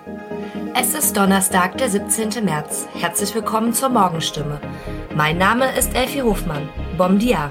Es ist Donnerstag, der 17. März. Herzlich willkommen zur Morgenstimme. Mein Name ist Elfie Hofmann. Bom dia.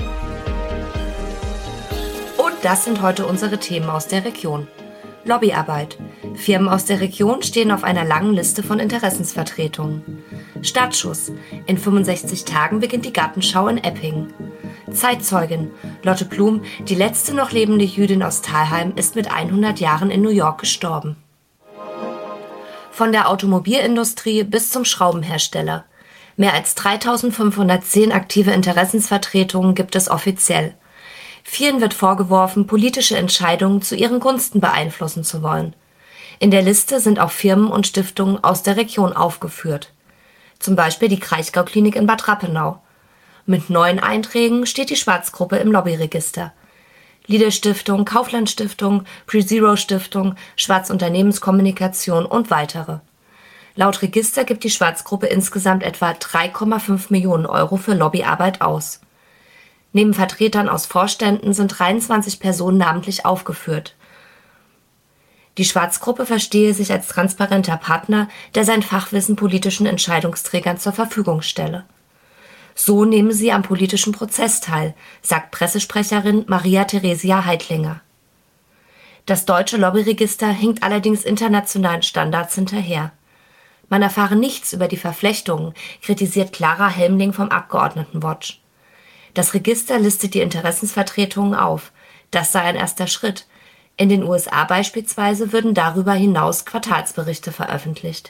Und das sind heute unsere Themen aus der Region. Lobbyarbeit. Firmen aus der Region stehen auf einer langen Liste von Interessensvertretungen. Startschuss. In 65 Tagen beginnt die Gartenschau in Eppingen. Zeitzeugin. Lotte Blum, die letzte noch lebende Jüdin aus Thalheim, ist mit 100 Jahren in New York gestorben. Von der Automobilindustrie bis zum Schraubenhersteller. Mehr als 3510 aktive Interessensvertretungen gibt es offiziell. Vielen wird vorgeworfen, politische Entscheidungen zu ihren Gunsten beeinflussen zu wollen. In der Liste sind auch Firmen und Stiftungen aus der Region aufgeführt. Zum Beispiel die Kraichgau-Klinik in Bad Rappenau. Mit 9 Einträgen steht die Schwarz-Gruppe im Lobbyregister. Lidl-Stiftung, Kaufland-Stiftung, PreZero-Stiftung, Schwarz Unternehmenskommunikation und weitere. Laut Register gibt die Schwarz-Gruppe insgesamt etwa 3,5 Millionen Euro für Lobbyarbeit aus. Neben Vertretern aus Vorständen sind 23 Personen namentlich aufgeführt. Die Schwarz-Gruppe verstehe sich als transparenter Partner, der sein Fachwissen politischen Entscheidungsträgern zur Verfügung stelle. So nehmen sie am politischen Prozess teil, sagt Pressesprecherin Maria Theresia Heidlinger. Das deutsche Lobbyregister hinkt allerdings internationalen Standards hinterher. Man erfahre nichts über die Verflechtungen, kritisiert Clara Helmling vom Abgeordnetenwatch. Das Register listet die Interessensvertretungen auf. Das sei ein erster Schritt. In den USA beispielsweise würden darüber hinaus Quartalsberichte veröffentlicht.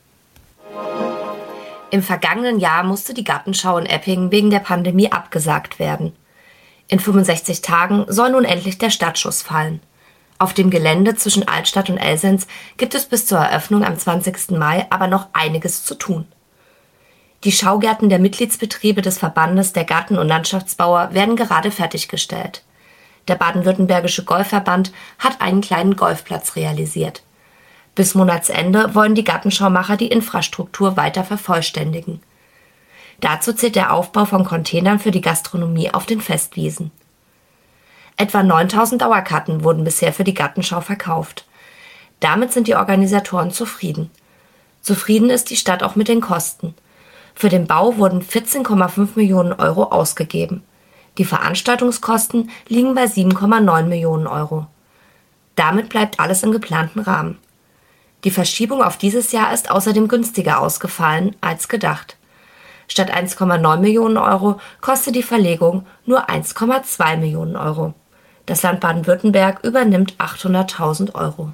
Im vergangenen Jahr musste die Gartenschau in Eppingen wegen der Pandemie abgesagt werden. In 65 Tagen soll nun endlich der Startschuss fallen. Auf dem Gelände zwischen Altstadt und Elsens gibt es bis zur Eröffnung am 20. Mai aber noch einiges zu tun. Die Schaugärten der Mitgliedsbetriebe des Verbandes der Garten- und Landschaftsbauer werden gerade fertiggestellt. Der Baden-Württembergische Golfverband hat einen kleinen Golfplatz realisiert. Bis Monatsende wollen die Gartenschaumacher die Infrastruktur weiter vervollständigen. Dazu zählt der Aufbau von Containern für die Gastronomie auf den Festwiesen. Etwa 9000 Dauerkarten wurden bisher für die Gartenschau verkauft. Damit sind die Organisatoren zufrieden. Zufrieden ist die Stadt auch mit den Kosten. Für den Bau wurden 14,5 Millionen Euro ausgegeben. Die Veranstaltungskosten liegen bei 7,9 Millionen Euro. Damit bleibt alles im geplanten Rahmen. Die Verschiebung auf dieses Jahr ist außerdem günstiger ausgefallen als gedacht. Statt 1,9 Millionen Euro kostet die Verlegung nur 1,2 Millionen Euro. Das Land Baden-Württemberg übernimmt 800.000 Euro.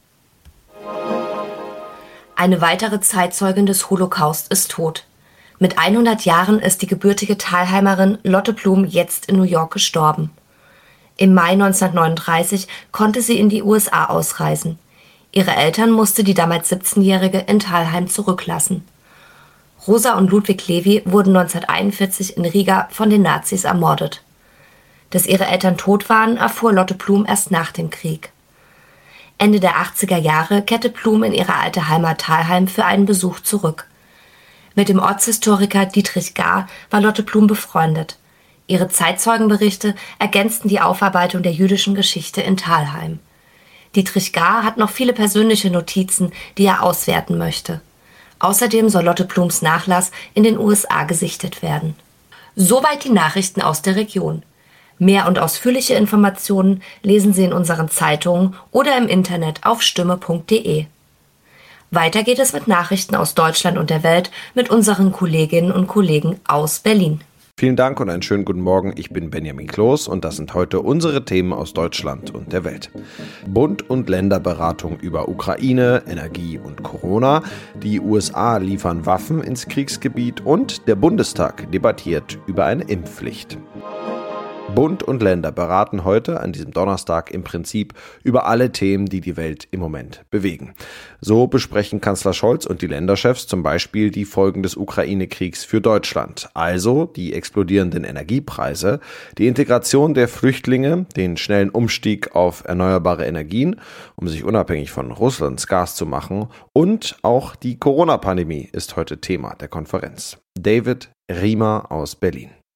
Eine weitere Zeitzeugin des Holocaust ist tot. Mit 100 Jahren ist die gebürtige Thalheimerin Lotte Blum jetzt in New York gestorben. Im Mai 1939 konnte sie in die USA ausreisen. Ihre Eltern musste die damals 17-Jährige in Thalheim zurücklassen. Rosa und Ludwig Levi wurden 1941 in Riga von den Nazis ermordet. Dass ihre Eltern tot waren, erfuhr Lotte Blum erst nach dem Krieg. Ende der 80er Jahre kehrte Blum in ihre alte Heimat Thalheim für einen Besuch zurück. Mit dem Ortshistoriker Dietrich Gahr war Lotte Blum befreundet. Ihre Zeitzeugenberichte ergänzten die Aufarbeitung der jüdischen Geschichte in Thalheim. Dietrich Gahr hat noch viele persönliche Notizen, die er auswerten möchte. Außerdem soll Lotte Blums Nachlass in den USA gesichtet werden. Soweit die Nachrichten aus der Region. Mehr und ausführliche Informationen lesen Sie in unseren Zeitungen oder im Internet auf stimme.de. Weiter geht es mit Nachrichten aus Deutschland und der Welt mit unseren Kolleginnen und Kollegen aus Berlin. Vielen Dank und einen schönen guten Morgen. Ich bin Benjamin Kloß und das sind heute unsere Themen aus Deutschland und der Welt. Bund- und Länderberatung über Ukraine, Energie und Corona. Die USA liefern Waffen ins Kriegsgebiet und der Bundestag debattiert über eine Impfpflicht. Bund und Länder beraten heute an diesem Donnerstag im Prinzip über alle Themen, die die Welt im Moment bewegen. So besprechen Kanzler Scholz und die Länderchefs zum Beispiel die Folgen des Ukraine-Kriegs für Deutschland, also die explodierenden Energiepreise, die Integration der Flüchtlinge, den schnellen Umstieg auf erneuerbare Energien, um sich unabhängig von Russlands Gas zu machen, und auch die Corona-Pandemie ist heute Thema der Konferenz. David Riemer aus Berlin.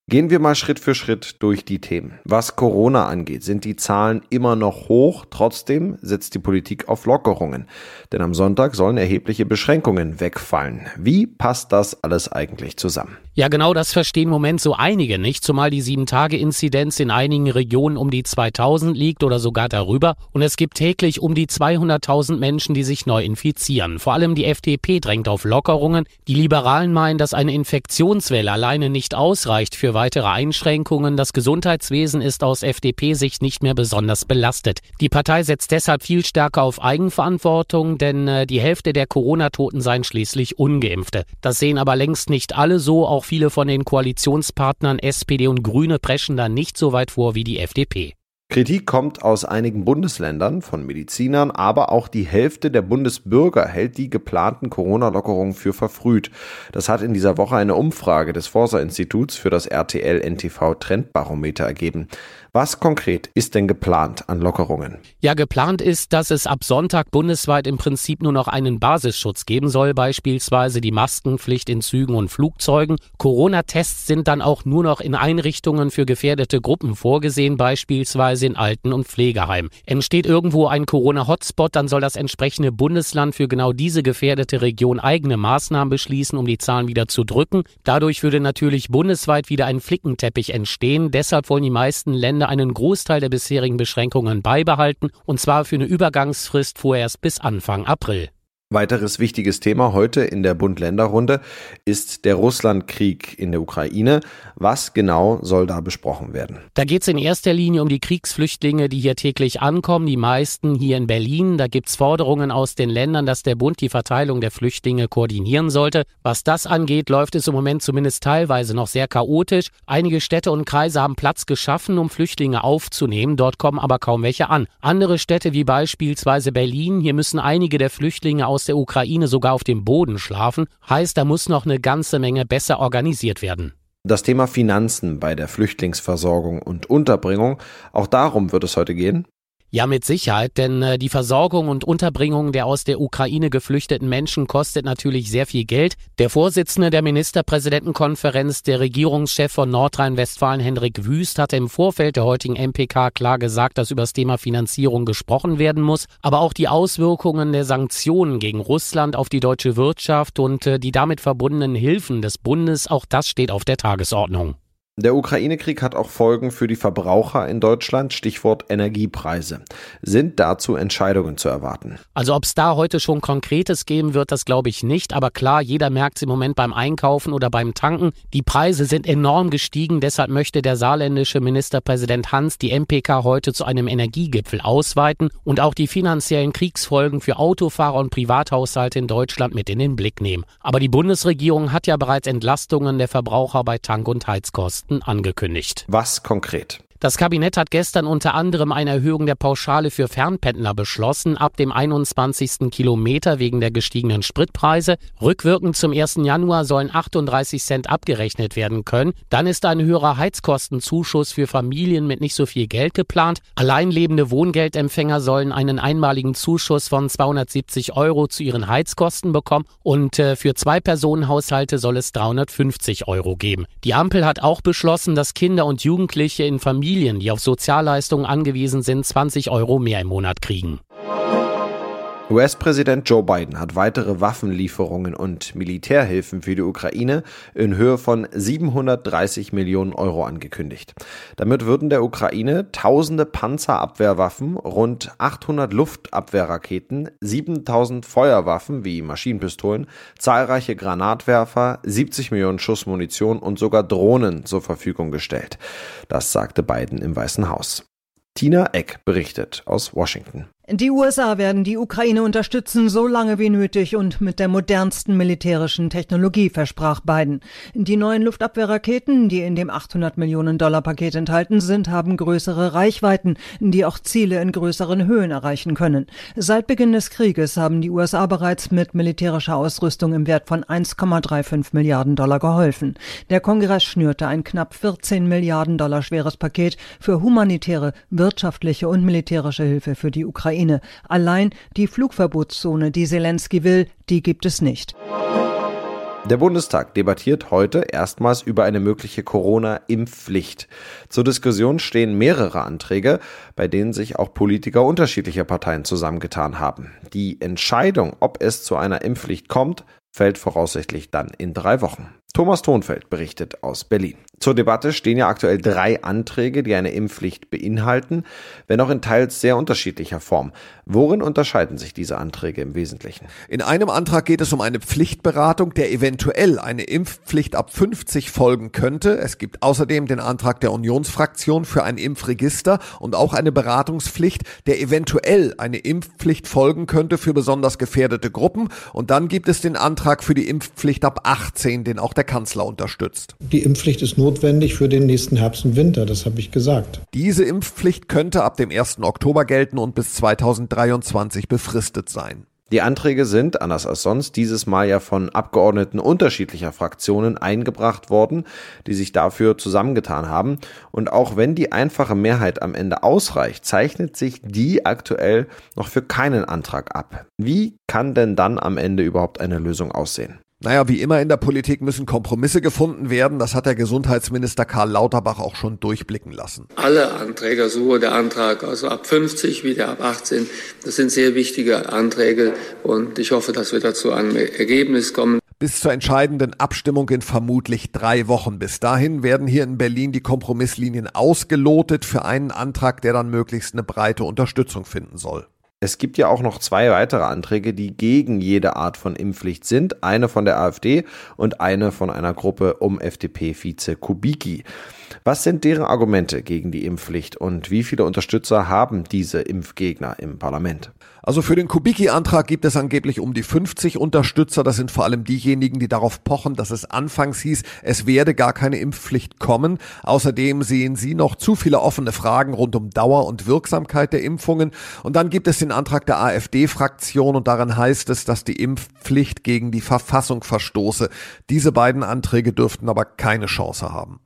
Gehen wir mal Schritt für Schritt durch die Themen. Was Corona angeht, sind die Zahlen immer noch hoch. Trotzdem setzt die Politik auf Lockerungen. Denn am Sonntag sollen erhebliche Beschränkungen wegfallen. Wie passt das alles eigentlich zusammen? Ja, genau, das verstehen im Moment so einige nicht, zumal die 7-Tage-Inzidenz in einigen Regionen um die 2000 liegt oder sogar darüber. Und es gibt täglich um die 200.000 Menschen, die sich neu infizieren. Vor allem die FDP drängt auf Lockerungen. Die Liberalen meinen, dass eine Infektionswelle alleine nicht ausreicht für weitere Einschränkungen. Das Gesundheitswesen ist aus FDP-Sicht nicht mehr besonders belastet. Die Partei setzt deshalb viel stärker auf Eigenverantwortung, denn die Hälfte der Corona-Toten seien schließlich Ungeimpfte. Das sehen aber längst nicht alle so. Auch viele von den Koalitionspartnern SPD und Grüne preschen da nicht so weit vor wie die FDP. Kritik kommt aus einigen Bundesländern, von Medizinern, aber auch die Hälfte der Bundesbürger hält die geplanten Corona-Lockerungen für verfrüht. Das hat in dieser Woche eine Umfrage des Forsa-Instituts für das RTL-NTV-Trendbarometer ergeben. Was konkret ist denn geplant an Lockerungen? Ja, geplant ist, dass es ab Sonntag bundesweit im Prinzip nur noch einen Basisschutz geben soll, beispielsweise die Maskenpflicht in Zügen und Flugzeugen. Corona-Tests sind dann auch nur noch in Einrichtungen für gefährdete Gruppen vorgesehen, beispielsweise in Alten- und Pflegeheimen. Entsteht irgendwo ein Corona-Hotspot, dann soll das entsprechende Bundesland für genau diese gefährdete Region eigene Maßnahmen beschließen, um die Zahlen wieder zu drücken. Dadurch würde natürlich bundesweit wieder ein Flickenteppich entstehen. Deshalb wollen die meisten Länder einen Großteil der bisherigen Beschränkungen beibehalten, und zwar für eine Übergangsfrist vorerst bis Anfang April. Weiteres wichtiges Thema heute in der Bund-Länder-Runde ist der Russlandkrieg in der Ukraine. Was genau soll da besprochen werden? Da geht es in erster Linie um die Kriegsflüchtlinge, die hier täglich ankommen, die meisten hier in Berlin. Da gibt es Forderungen aus den Ländern, dass der Bund die Verteilung der Flüchtlinge koordinieren sollte. Was das angeht, läuft es im Moment zumindest teilweise noch sehr chaotisch. Einige Städte und Kreise haben Platz geschaffen, um Flüchtlinge aufzunehmen. Dort kommen aber kaum welche an. Andere Städte wie beispielsweise Berlin, hier müssen einige der Flüchtlinge aus der Ukraine sogar auf dem Boden schlafen. Heißt, da muss noch eine ganze Menge besser organisiert werden. Das Thema Finanzen bei der Flüchtlingsversorgung und Unterbringung, auch darum wird es heute gehen. Ja, mit Sicherheit, denn die Versorgung und Unterbringung der aus der Ukraine geflüchteten Menschen kostet natürlich sehr viel Geld. Der Vorsitzende der Ministerpräsidentenkonferenz, der Regierungschef von Nordrhein-Westfalen, Hendrik Wüst, hatte im Vorfeld der heutigen MPK klar gesagt, dass über das Thema Finanzierung gesprochen werden muss. Aber auch die Auswirkungen der Sanktionen gegen Russland auf die deutsche Wirtschaft und die damit verbundenen Hilfen des Bundes, auch das steht auf der Tagesordnung. Der Ukraine-Krieg hat auch Folgen für die Verbraucher in Deutschland, Stichwort Energiepreise. Sind dazu Entscheidungen zu erwarten? Also ob es da heute schon Konkretes geben wird, das glaube ich nicht. Aber klar, jeder merkt es im Moment beim Einkaufen oder beim Tanken. Die Preise sind enorm gestiegen. Deshalb möchte der saarländische Ministerpräsident Hans die MPK heute zu einem Energiegipfel ausweiten und auch die finanziellen Kriegsfolgen für Autofahrer und Privathaushalte in Deutschland mit in den Blick nehmen. Aber die Bundesregierung hat ja bereits Entlastungen der Verbraucher bei Tank- und Heizkosten angekündigt. Was konkret? Das Kabinett hat gestern unter anderem eine Erhöhung der Pauschale für Fernpendler beschlossen, ab dem 21. Kilometer wegen der gestiegenen Spritpreise. Rückwirkend zum 1. Januar sollen 38 Cent abgerechnet werden können. Dann ist ein höherer Heizkostenzuschuss für Familien mit nicht so viel Geld geplant. Alleinlebende Wohngeldempfänger sollen einen einmaligen Zuschuss von 270 € zu ihren Heizkosten bekommen und für Zwei-Personen-Haushalte soll es 350 € geben. Die Ampel hat auch beschlossen, dass Kinder und Jugendliche in Familien, die auf Sozialleistungen angewiesen sind, 20 € mehr im Monat kriegen. US-Präsident Joe Biden hat weitere Waffenlieferungen und Militärhilfen für die Ukraine in Höhe von 730 Millionen € angekündigt. Damit würden der Ukraine tausende Panzerabwehrwaffen, rund 800 Luftabwehrraketen, 7000 Feuerwaffen wie Maschinenpistolen, zahlreiche Granatwerfer, 70 Millionen Schuss Munition und sogar Drohnen zur Verfügung gestellt. Das sagte Biden im Weißen Haus. Tina Eck berichtet aus Washington. Die USA werden die Ukraine unterstützen, so lange wie nötig und mit der modernsten militärischen Technologie, versprach Biden. Die neuen Luftabwehrraketen, die in dem $800-Millionen-Paket enthalten sind, haben größere Reichweiten, die auch Ziele in größeren Höhen erreichen können. Seit Beginn des Krieges haben die USA bereits mit militärischer Ausrüstung im Wert von $1,35 Milliarden geholfen. Der Kongress schnürte ein knapp $14 Milliarden schweres Paket für humanitäre, wirtschaftliche und militärische Hilfe für die Ukraine. Allein die Flugverbotszone, die Selenskyj will, die gibt es nicht. Der Bundestag debattiert heute erstmals über eine mögliche Corona-Impfpflicht. Zur Diskussion stehen mehrere Anträge, bei denen sich auch Politiker unterschiedlicher Parteien zusammengetan haben. Die Entscheidung, ob es zu einer Impfpflicht kommt, fällt voraussichtlich dann in 3 Wochen. Thomas Thonfeld berichtet aus Berlin. Zur Debatte stehen ja aktuell 3 Anträge, die eine Impfpflicht beinhalten, wenn auch in teils sehr unterschiedlicher Form. Worin unterscheiden sich diese Anträge im Wesentlichen? In einem Antrag geht es um eine Pflichtberatung, der eventuell eine Impfpflicht ab 50 folgen könnte. Es gibt außerdem den Antrag der Unionsfraktion für ein Impfregister und auch eine Beratungspflicht, der eventuell eine Impfpflicht folgen könnte für besonders gefährdete Gruppen. Und dann gibt es den Antrag für die Impfpflicht ab 18, den auch der Kanzler unterstützt. Die Impfpflicht ist notwendig für den nächsten Herbst und Winter, das habe ich gesagt. Diese Impfpflicht könnte ab dem 1. Oktober gelten und bis 2023 befristet sein. Die Anträge sind, anders als sonst, dieses Mal ja von Abgeordneten unterschiedlicher Fraktionen eingebracht worden, die sich dafür zusammengetan haben. Und auch wenn die einfache Mehrheit am Ende ausreicht, zeichnet sich die aktuell noch für keinen Antrag ab. Wie kann denn dann am Ende überhaupt eine Lösung aussehen? Naja, wie immer in der Politik müssen Kompromisse gefunden werden. Das hat der Gesundheitsminister Karl Lauterbach auch schon durchblicken lassen. Alle Anträge, sowohl der Antrag also ab 50 wie der ab 18, das sind sehr wichtige Anträge und ich hoffe, dass wir dazu einem Ergebnis kommen. Bis zur entscheidenden Abstimmung in vermutlich 3 Wochen. Bis dahin werden hier in Berlin die Kompromisslinien ausgelotet für einen Antrag, der dann möglichst eine breite Unterstützung finden soll. Es gibt ja auch noch 2 weitere Anträge, die gegen jede Art von Impfpflicht sind. Eine von der AfD und eine von einer Gruppe um FDP-Vize Kubicki. Was sind deren Argumente gegen die Impfpflicht und wie viele Unterstützer haben diese Impfgegner im Parlament? Also für den Kubicki-Antrag gibt es angeblich um die 50 Unterstützer. Das sind vor allem diejenigen, die darauf pochen, dass es anfangs hieß, es werde gar keine Impfpflicht kommen. Außerdem sehen sie noch zu viele offene Fragen rund um Dauer und Wirksamkeit der Impfungen. Und dann gibt es den Antrag der AfD-Fraktion und darin heißt es, dass die Impfpflicht gegen die Verfassung verstoße. Diese beiden Anträge dürften aber keine Chance haben.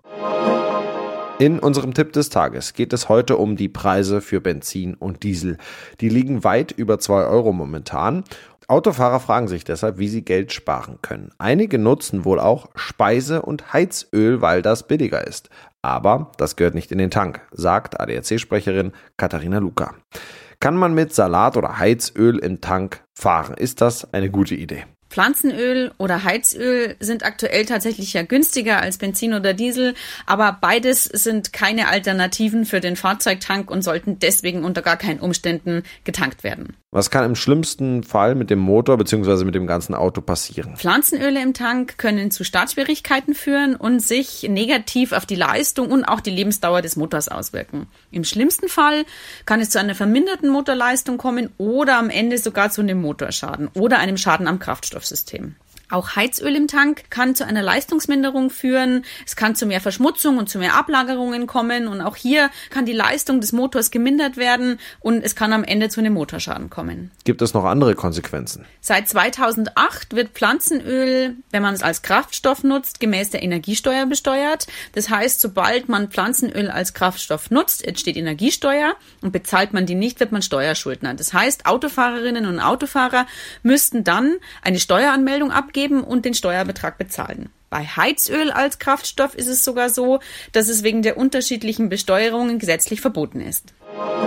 In unserem Tipp des Tages geht es heute um die Preise für Benzin und Diesel. Die liegen weit über 2 Euro momentan. Autofahrer fragen sich deshalb, wie sie Geld sparen können. Einige nutzen wohl auch Speise- und Heizöl, weil das billiger ist. Aber das gehört nicht in den Tank, sagt ADAC-Sprecherin Katharina Luca. Kann man mit Salat oder Heizöl im Tank fahren? Ist das eine gute Idee? Pflanzenöl oder Heizöl sind aktuell tatsächlich ja günstiger als Benzin oder Diesel, aber beides sind keine Alternativen für den Fahrzeugtank und sollten deswegen unter gar keinen Umständen getankt werden. Was kann im schlimmsten Fall mit dem Motor bzw. mit dem ganzen Auto passieren? Pflanzenöle im Tank können zu Startschwierigkeiten führen und sich negativ auf die Leistung und auch die Lebensdauer des Motors auswirken. Im schlimmsten Fall kann es zu einer verminderten Motorleistung kommen oder am Ende sogar zu einem Motorschaden oder einem Schaden am Kraftstoffsystem. Auch Heizöl im Tank kann zu einer Leistungsminderung führen. Es kann zu mehr Verschmutzung und zu mehr Ablagerungen kommen. Und auch hier kann die Leistung des Motors gemindert werden und es kann am Ende zu einem Motorschaden kommen. Gibt es noch andere Konsequenzen? Seit 2008 wird Pflanzenöl, wenn man es als Kraftstoff nutzt, gemäß der Energiesteuer besteuert. Das heißt, sobald man Pflanzenöl als Kraftstoff nutzt, entsteht Energiesteuer und bezahlt man die nicht, wird man Steuerschuldner. Das heißt, Autofahrerinnen und Autofahrer müssten dann eine Steueranmeldung abgeben und den Steuerbetrag bezahlen. Bei Heizöl als Kraftstoff ist es sogar so, dass es wegen der unterschiedlichen Besteuerungen gesetzlich verboten ist.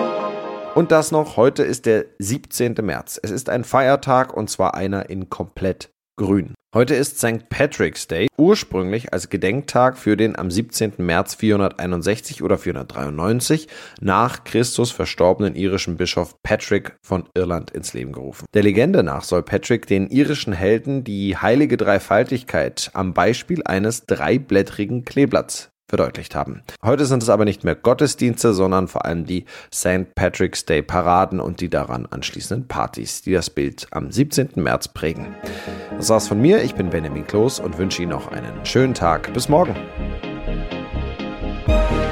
Und das noch, heute ist der 17. März. Es ist ein Feiertag und zwar einer in komplett grün. Heute ist St. Patrick's Day, ursprünglich als Gedenktag für den am 17. März 461 oder 493 nach Christus verstorbenen irischen Bischof Patrick von Irland ins Leben gerufen. Der Legende nach soll Patrick den irischen Helden die heilige Dreifaltigkeit am Beispiel eines 3-blättrigen Kleeblatts verdeutlicht haben. Heute sind es aber nicht mehr Gottesdienste, sondern vor allem die St. Patrick's Day Paraden und die daran anschließenden Partys, die das Bild am 17. März prägen. Das war's von mir, ich bin Benjamin Kloß und wünsche Ihnen noch einen schönen Tag. Bis morgen.